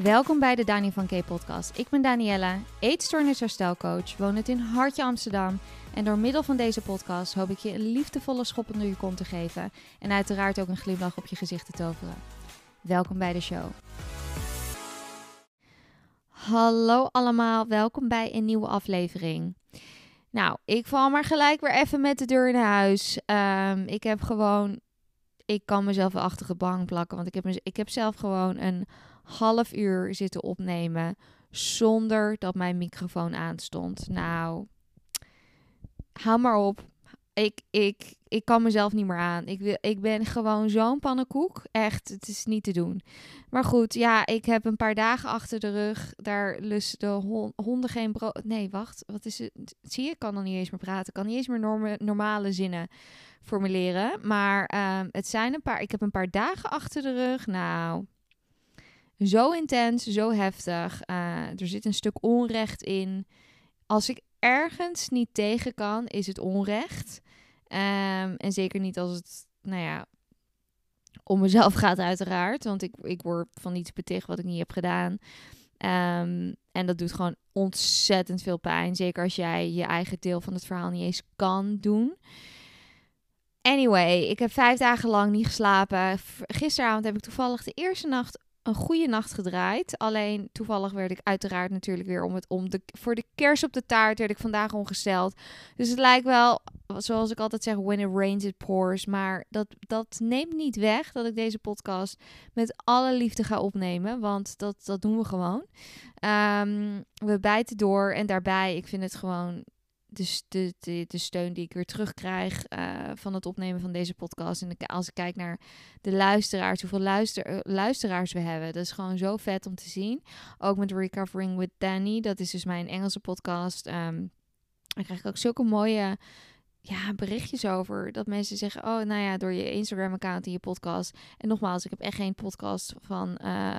Welkom bij de Dani van K podcast. Ik ben Danielle, eetstoornis-herstelcoach, wonend in Hartje Amsterdam. En door middel van deze podcast hoop ik je een liefdevolle schop onder je kont te geven. En uiteraard ook een glimlach op je gezicht te toveren. Welkom bij de show. Hallo allemaal, welkom bij een nieuwe aflevering. Nou, ik val maar gelijk weer even met de deur naar huis. Ik kan mezelf wel achter de bank plakken, want ik heb zelf gewoon een half uur zitten opnemen zonder dat mijn microfoon aanstond. Nou, hou maar op. Ik kan mezelf niet meer aan. Ik ben gewoon zo'n pannenkoek. Echt, het is niet te doen. Maar goed, ja, ik heb een paar dagen achter de rug. Daar lusten de honden geen brood. Nee, wacht. Wat is het? Zie je, ik kan nog niet eens meer praten. Ik kan niet eens meer normale zinnen formuleren. Maar het zijn ik heb een paar dagen achter de rug. Nou, zo intens, zo heftig. Er zit een stuk onrecht in. Als ik ergens niet tegen kan, is het onrecht. En zeker niet als het, om mezelf gaat uiteraard. Want ik word van iets beticht wat ik niet heb gedaan. En dat doet gewoon ontzettend veel pijn. Zeker als jij je eigen deel van het verhaal niet eens kan doen. Anyway, ik heb 5 dagen lang niet geslapen. Gisteravond heb ik toevallig de eerste nacht een goede nacht gedraaid. Alleen toevallig werd ik uiteraard natuurlijk weer voor de kers op de taart werd ik vandaag ongesteld. Dus het lijkt wel, zoals ik altijd zeg, when it rains it pours. Maar dat neemt niet weg dat ik deze podcast met alle liefde ga opnemen. Want dat doen we gewoon. We bijten door en daarbij, ik vind het gewoon de steun die ik weer terugkrijg van het opnemen van deze podcast. En als ik kijk naar de luisteraars, hoeveel luisteraars we hebben. Dat is gewoon zo vet om te zien. Ook met Recovering with Dani. Dat is dus mijn Engelse podcast. Daar krijg ik ook zulke mooie berichtjes over. Dat mensen zeggen, door je Instagram-account en je podcast. En nogmaals, ik heb echt geen podcast van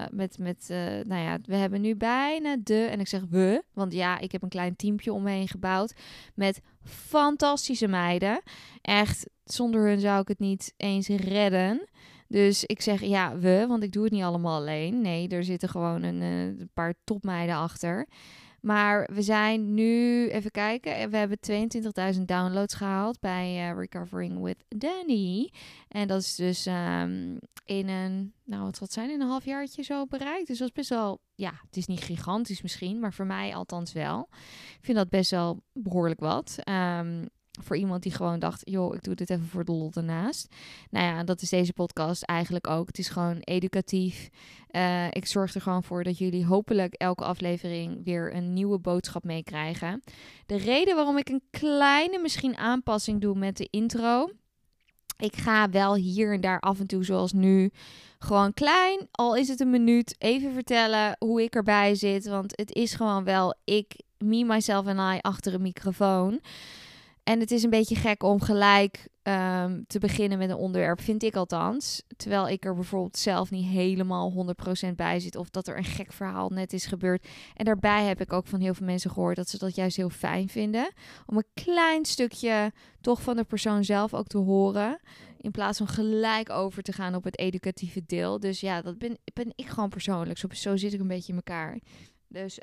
we hebben nu bijna en ik zeg we, want ja, ik heb een klein teampje om me heen gebouwd met fantastische meiden. Echt, zonder hun zou ik het niet eens redden. Dus ik zeg want ik doe het niet allemaal alleen. Nee, er zitten gewoon een paar topmeiden achter. Maar we zijn nu, even kijken, we hebben 22.000 downloads gehaald bij Recovering with Dani. En dat is dus in een halfjaartje zo bereikt. Dus dat is best wel, het is niet gigantisch misschien, maar voor mij althans wel. Ik vind dat best wel behoorlijk wat. Voor iemand die gewoon dacht, joh, ik doe dit even voor de lol ernaast. Dat is deze podcast eigenlijk ook. Het is gewoon educatief. Ik zorg er gewoon voor dat jullie hopelijk elke aflevering weer een nieuwe boodschap meekrijgen. De reden waarom ik een kleine misschien aanpassing doe met de intro. Ik ga wel hier en daar af en toe, zoals nu, gewoon klein, al is het een minuut, even vertellen hoe ik erbij zit. Want het is gewoon wel me, myself en I achter een microfoon. En het is een beetje gek om gelijk te beginnen met een onderwerp, vind ik althans. Terwijl ik er bijvoorbeeld zelf niet helemaal 100% bij zit. Of dat er een gek verhaal net is gebeurd. En daarbij heb ik ook van heel veel mensen gehoord dat ze dat juist heel fijn vinden. Om een klein stukje toch van de persoon zelf ook te horen. In plaats van gelijk over te gaan op het educatieve deel. Dus ja, dat ben ik gewoon persoonlijk. Zo zit ik een beetje in elkaar. Dus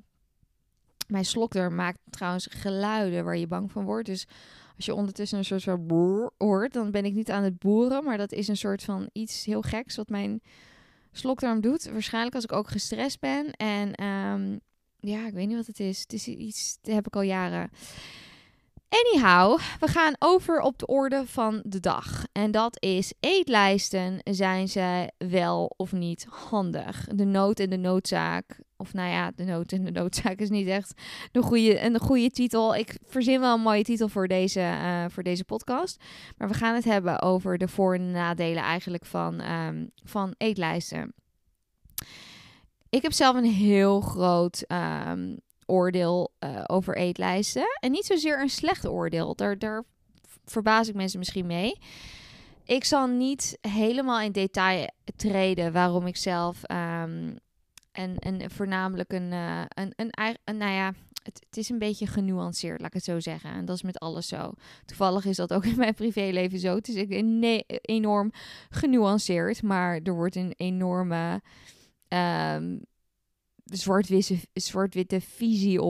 mijn slokdarm maakt trouwens geluiden waar je bang van wordt. Dus als je ondertussen een soort van boer hoort, dan ben ik niet aan het boeren. Maar dat is een soort van iets heel geks wat mijn slokdarm doet. Waarschijnlijk als ik ook gestrest ben. En ik weet niet wat het is. Het is iets, dat heb ik al jaren. Anyhow, we gaan over op de orde van de dag. En dat is eetlijsten. Zijn ze wel of niet handig? De nood en de noodzaak. Of de nood en de noodzaak is niet echt een goede titel. Ik verzin wel een mooie titel voor deze podcast. Maar we gaan het hebben over de voor- en nadelen eigenlijk van eetlijsten. Ik heb zelf een heel groot oordeel over eetlijsten. En niet zozeer een slecht oordeel. Daar verbaas ik mensen misschien mee. Ik zal niet helemaal in detail treden waarom ik zelf voornamelijk het is een beetje genuanceerd, laat ik het zo zeggen. En dat is met alles zo. Toevallig is dat ook in mijn privéleven zo. Het is enorm genuanceerd, maar er wordt een enorme zwart-witte visie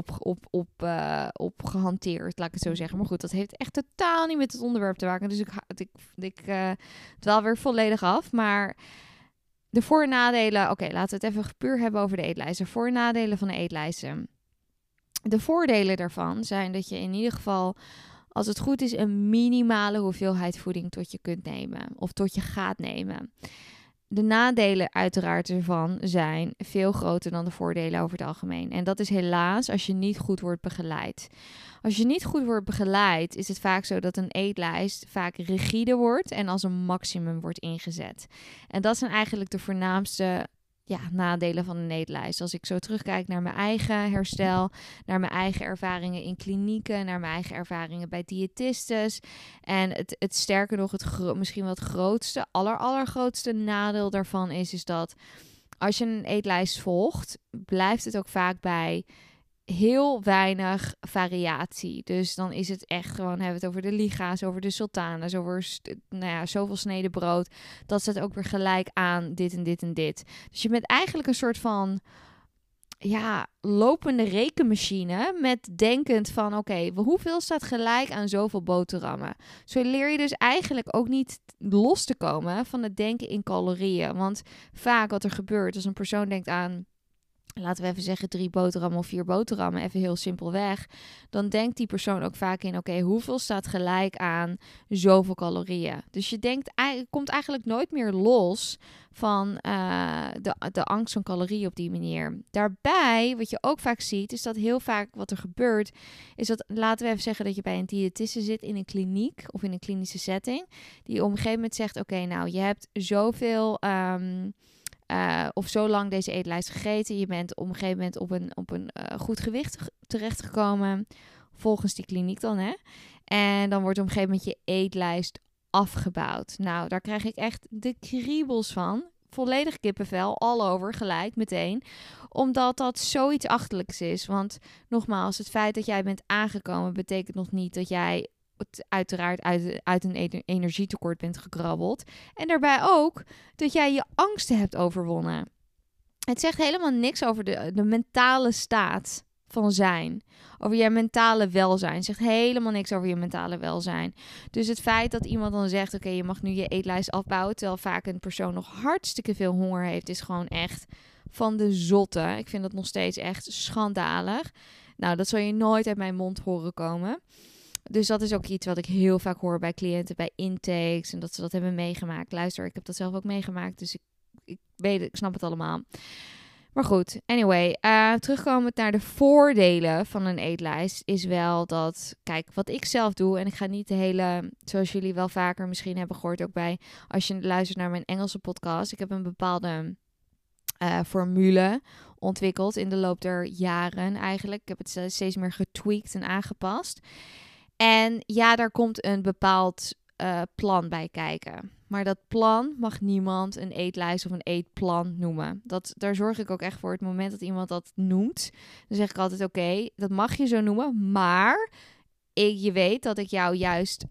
op gehanteerd, laat ik het zo zeggen. Maar goed, dat heeft echt totaal niet met het onderwerp te maken. Dus ik dwaal weer volledig af. Maar de voor- en nadelen... Oké, laten we het even puur hebben over de eetlijsten. Voor- en nadelen van de eetlijsten. De voordelen daarvan zijn dat je in ieder geval, als het goed is, een minimale hoeveelheid voeding tot je kunt nemen. Of tot je gaat nemen. De nadelen uiteraard ervan zijn veel groter dan de voordelen over het algemeen. En dat is helaas als je niet goed wordt begeleid. Als je niet goed wordt begeleid, is het vaak zo dat een eetlijst vaak rigide wordt en als een maximum wordt ingezet. En dat zijn eigenlijk de voornaamste nadelen van een eetlijst. Als ik zo terugkijk naar mijn eigen herstel, naar mijn eigen ervaringen in klinieken, naar mijn eigen ervaringen bij diëtistes. En het sterker nog, misschien wel het grootste, allergrootste nadeel daarvan is dat als je een eetlijst volgt, blijft het ook vaak bij heel weinig variatie. Dus dan is het echt gewoon, hebben we het over de liga's, over de sultanas, over zoveel sneden brood. Dat staat ook weer gelijk aan dit en dit en dit. Dus je bent eigenlijk een soort van lopende rekenmachine met denkend van oké, hoeveel staat gelijk aan zoveel boterhammen? Zo leer je dus eigenlijk ook niet los te komen van het denken in calorieën. Want vaak wat er gebeurt als een persoon denkt aan, laten we even zeggen 3 boterhammen of 4 boterhammen, even heel simpelweg, dan denkt die persoon ook vaak in, oké, hoeveel staat gelijk aan zoveel calorieën? Dus je komt eigenlijk nooit meer los van de angst van calorieën op die manier. Daarbij, wat je ook vaak ziet, is dat heel vaak wat er gebeurt, is dat, laten we even zeggen dat je bij een diëtiste zit in een kliniek of in een klinische setting, die op een gegeven moment zegt, oké, nou, je hebt zoveel of zo lang deze eetlijst gegeten. Je bent op een gegeven moment op een goed gewicht terechtgekomen. Volgens die kliniek dan, hè. En dan wordt op een gegeven moment je eetlijst afgebouwd. Nou, daar krijg ik echt de kriebels van. Volledig kippenvel, all over, gelijk, meteen. Omdat dat zoiets achterlijks is. Want nogmaals, het feit dat jij bent aangekomen betekent nog niet dat jij uiteraard uit een energietekort bent gekrabbeld. En daarbij ook dat jij je angsten hebt overwonnen. Het zegt helemaal niks over de mentale staat van zijn. Over je mentale welzijn. Het zegt helemaal niks over je mentale welzijn. Dus het feit dat iemand dan zegt, oké, je mag nu je eetlijst afbouwen, terwijl vaak een persoon nog hartstikke veel honger heeft, is gewoon echt van de zotte. Ik vind dat nog steeds echt schandalig. Nou, dat zal je nooit uit mijn mond horen komen. Dus dat is ook iets wat ik heel vaak hoor bij cliënten, bij intakes, en dat ze dat hebben meegemaakt. Luister, ik heb dat zelf ook meegemaakt, dus ik weet het, ik snap het allemaal. Maar goed, anyway, terugkomend naar de voordelen van een eetlijst is wel dat, kijk, wat ik zelf doe, en ik ga niet de hele, zoals jullie wel vaker misschien hebben gehoord, ook bij, als je luistert naar mijn Engelse podcast, ik heb een bepaalde formule ontwikkeld in de loop der jaren eigenlijk. Ik heb het steeds meer getweakt en aangepast. En ja, daar komt een bepaald plan bij kijken. Maar dat plan mag niemand een eetlijst of een eetplan noemen. Daar zorg ik ook echt voor. Het moment dat iemand dat noemt, dan zeg ik altijd oké, dat mag je zo noemen. Maar je weet dat ik jou juist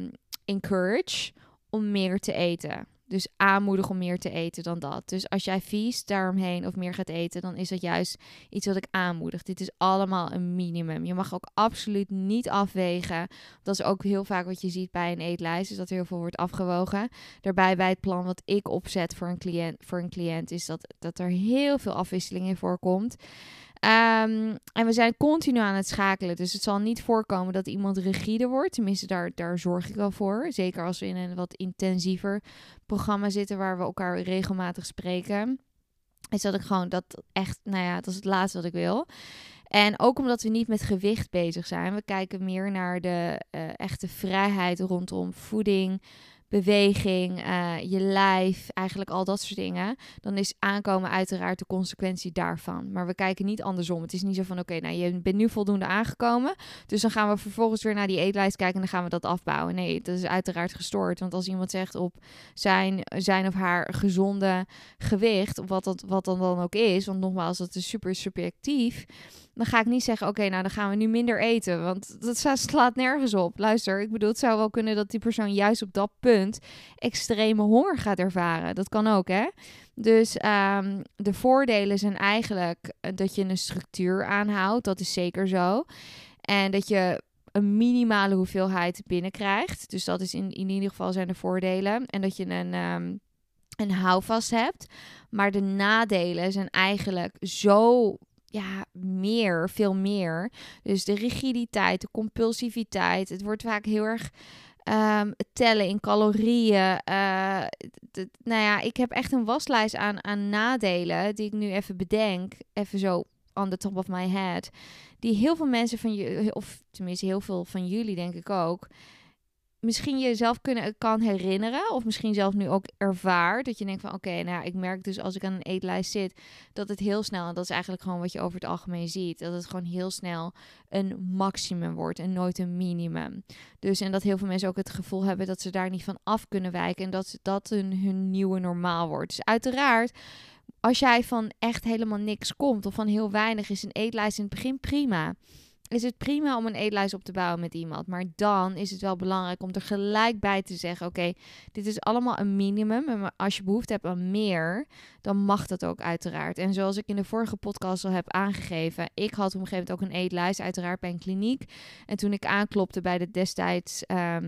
encourage om meer te eten. Dus aanmoedig om meer te eten dan dat. Dus als jij vies daaromheen of meer gaat eten, dan is dat juist iets wat ik aanmoedig. Dit is allemaal een minimum. Je mag ook absoluut niet afwegen. Dat is ook heel vaak wat je ziet bij een eetlijst, is dat er heel veel wordt afgewogen. Daarbij bij het plan wat ik opzet voor een cliënt is dat er heel veel afwisseling in voorkomt. En we zijn continu aan het schakelen. Dus het zal niet voorkomen dat iemand rigide wordt. Tenminste, daar zorg ik wel voor. Zeker als we in een wat intensiever programma zitten waar we elkaar regelmatig spreken. Is dat ik gewoon dat echt, dat is het laatste wat ik wil. En ook omdat we niet met gewicht bezig zijn. We kijken meer naar de echte vrijheid rondom voeding, beweging, je lijf, eigenlijk al dat soort dingen. Dan is aankomen uiteraard de consequentie daarvan. Maar we kijken niet andersom. Het is niet zo van, oké, je bent nu voldoende aangekomen, dus dan gaan we vervolgens weer naar die eetlijst kijken en dan gaan we dat afbouwen. Nee, dat is uiteraard gestoord. Want als iemand zegt op zijn of haar gezonde gewicht, wat dan ook is, want nogmaals, dat is super subjectief, dan ga ik niet zeggen, oké, dan gaan we nu minder eten. Want dat slaat nergens op. Luister, ik bedoel, het zou wel kunnen dat die persoon juist op dat punt punt extreme honger gaat ervaren. Dat kan ook, hè? Dus de voordelen zijn eigenlijk dat je een structuur aanhoudt. Dat is zeker zo. En dat je een minimale hoeveelheid binnenkrijgt. Dus dat is in ieder geval zijn de voordelen. En dat je een houvast hebt. Maar de nadelen zijn eigenlijk zo... Ja, veel meer. Dus de rigiditeit, de compulsiviteit. Het wordt vaak heel erg tellen in calorieën. Nou ja, ik heb echt een waslijst aan nadelen die ik nu even bedenk. Even zo on the top of my head. Die heel veel mensen van je, of tenminste heel veel van jullie denk ik ook, misschien jezelf kan herinneren. Of misschien zelf nu ook ervaart. Dat je denkt van oké, nou ik merk dus als ik aan een eetlijst zit. Dat het heel snel, en dat is eigenlijk gewoon wat je over het algemeen ziet. Dat het gewoon heel snel een maximum wordt. En nooit een minimum. Dus en dat heel veel mensen ook het gevoel hebben dat ze daar niet van af kunnen wijken. En dat hun nieuwe normaal wordt. Dus uiteraard, als jij van echt helemaal niks komt. Of van heel weinig, is een eetlijst in het begin prima. Is het prima om een eetlijst op te bouwen met iemand. Maar dan is het wel belangrijk om er gelijk bij te zeggen... Oké, dit is allemaal een minimum. En als je behoefte hebt aan meer, dan mag dat ook uiteraard. En zoals ik in de vorige podcast al heb aangegeven... Ik had op een gegeven moment ook een eetlijst, uiteraard bij een kliniek. En toen ik aanklopte bij de destijds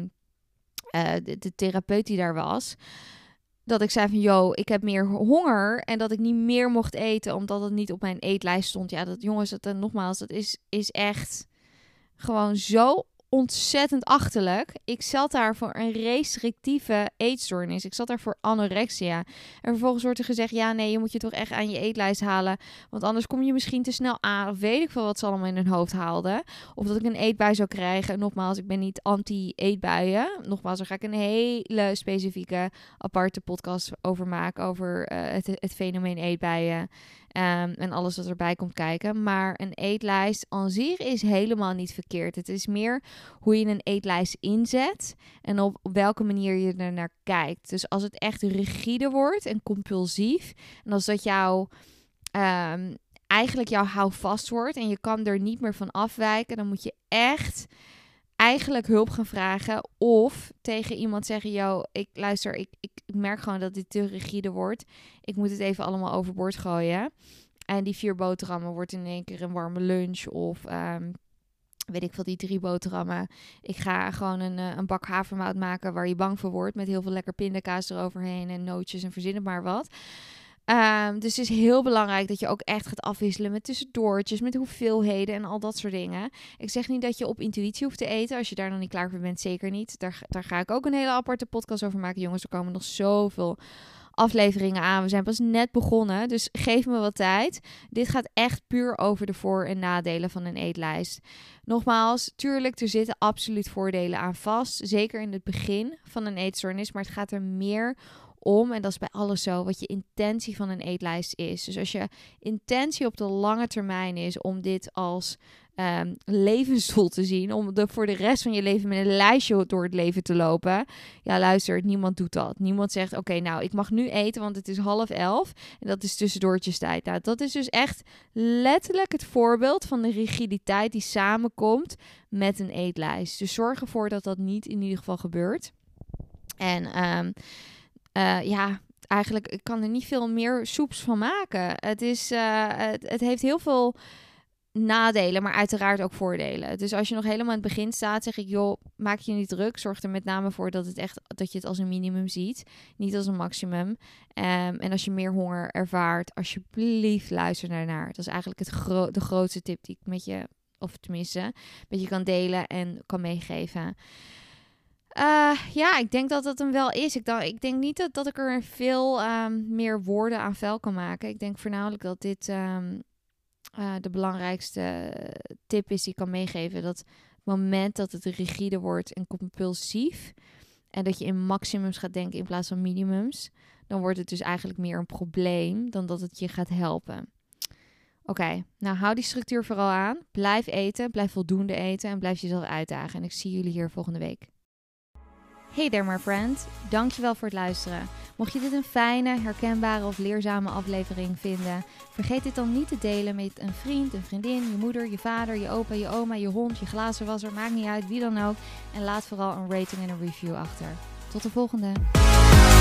de therapeut die daar was... Dat ik zei van, ik heb meer honger. En dat ik niet meer mocht eten, omdat het niet op mijn eetlijst stond. Ja, nogmaals, dat is echt gewoon zo ontzettend achterlijk. Ik zat daar voor een restrictieve eetstoornis. Ik zat daar voor anorexia. En vervolgens wordt er gezegd, ja nee, je moet je toch echt aan je eetlijst halen. Want anders kom je misschien te snel aan. Of weet ik veel wat ze allemaal in hun hoofd haalden. Of dat ik een eetbui zou krijgen. En nogmaals, ik ben niet anti-eetbuien. Nogmaals, daar ga ik een hele specifieke aparte podcast over maken. Over het fenomeen eetbuien. En alles wat erbij komt kijken. Maar een eetlijst aan zich is helemaal niet verkeerd. Het is meer hoe je een eetlijst inzet en op welke manier je er naar kijkt. Dus als het echt rigide wordt en compulsief, en als dat eigenlijk jouw houvast wordt en je kan er niet meer van afwijken, dan moet je echt eigenlijk hulp gaan vragen of tegen iemand zeggen, ik merk gewoon dat dit te rigide wordt. Ik moet het even allemaal overboord gooien. En die 4 boterhammen wordt in één keer een warme lunch of weet ik veel, die 3 boterhammen. Ik ga gewoon een bak havermout maken waar je bang voor wordt. Met heel veel lekker pindakaas eroverheen en nootjes en verzin het maar wat. Dus het is heel belangrijk dat je ook echt gaat afwisselen met tussendoortjes, met hoeveelheden en al dat soort dingen. Ik zeg niet dat je op intuïtie hoeft te eten. Als je daar nog niet klaar voor bent, zeker niet. Daar ga ik ook een hele aparte podcast over maken. Jongens, er komen nog zoveel afleveringen aan. We zijn pas net begonnen, dus geef me wat tijd. Dit gaat echt puur over de voor- en nadelen van een eetlijst. Nogmaals, tuurlijk, er zitten absoluut voordelen aan vast. Zeker in het begin van een eetstoornis, maar het gaat er meer om, en dat is bij alles zo, wat je intentie van een eetlijst is. Dus als je intentie op de lange termijn is om dit als levensdoel te zien, om voor de rest van je leven met een lijstje door het leven te lopen. Ja, luister, niemand doet dat. Niemand zegt, oké, nou, ik mag nu eten, want het is 10:30 en dat is tussendoortjestijd. Nou, dat is dus echt letterlijk het voorbeeld van de rigiditeit die samenkomt met een eetlijst. Dus zorg ervoor dat dat niet in ieder geval gebeurt. En eigenlijk ik kan er niet veel meer soeps van maken. Het heeft heel veel nadelen, maar uiteraard ook voordelen. Dus als je nog helemaal in het begin staat, zeg ik, maak je niet druk. Zorg er met name voor dat je het als een minimum ziet, niet als een maximum. En als je meer honger ervaart, alsjeblieft luister daarnaar. Dat is eigenlijk de grootste tip die ik met je, of tenminste, met je kan delen en kan meegeven. Ik denk dat dat hem wel is. Ik denk niet dat ik er veel meer woorden aan vuil kan maken. Ik denk voornamelijk dat dit de belangrijkste tip is die ik kan meegeven. Dat het moment dat het rigide wordt en compulsief en dat je in maximums gaat denken in plaats van minimums, dan wordt het dus eigenlijk meer een probleem dan dat het je gaat helpen. Oké, nou hou die structuur vooral aan. Blijf eten, blijf voldoende eten en blijf jezelf uitdagen. En ik zie jullie hier volgende week. Hey there my friend, dankjewel voor het luisteren. Mocht je dit een fijne, herkenbare of leerzame aflevering vinden, vergeet dit dan niet te delen met een vriend, een vriendin, je moeder, je vader, je opa, je oma, je hond, je glazenwasser, maakt niet uit, wie dan ook. En laat vooral een rating en een review achter. Tot de volgende.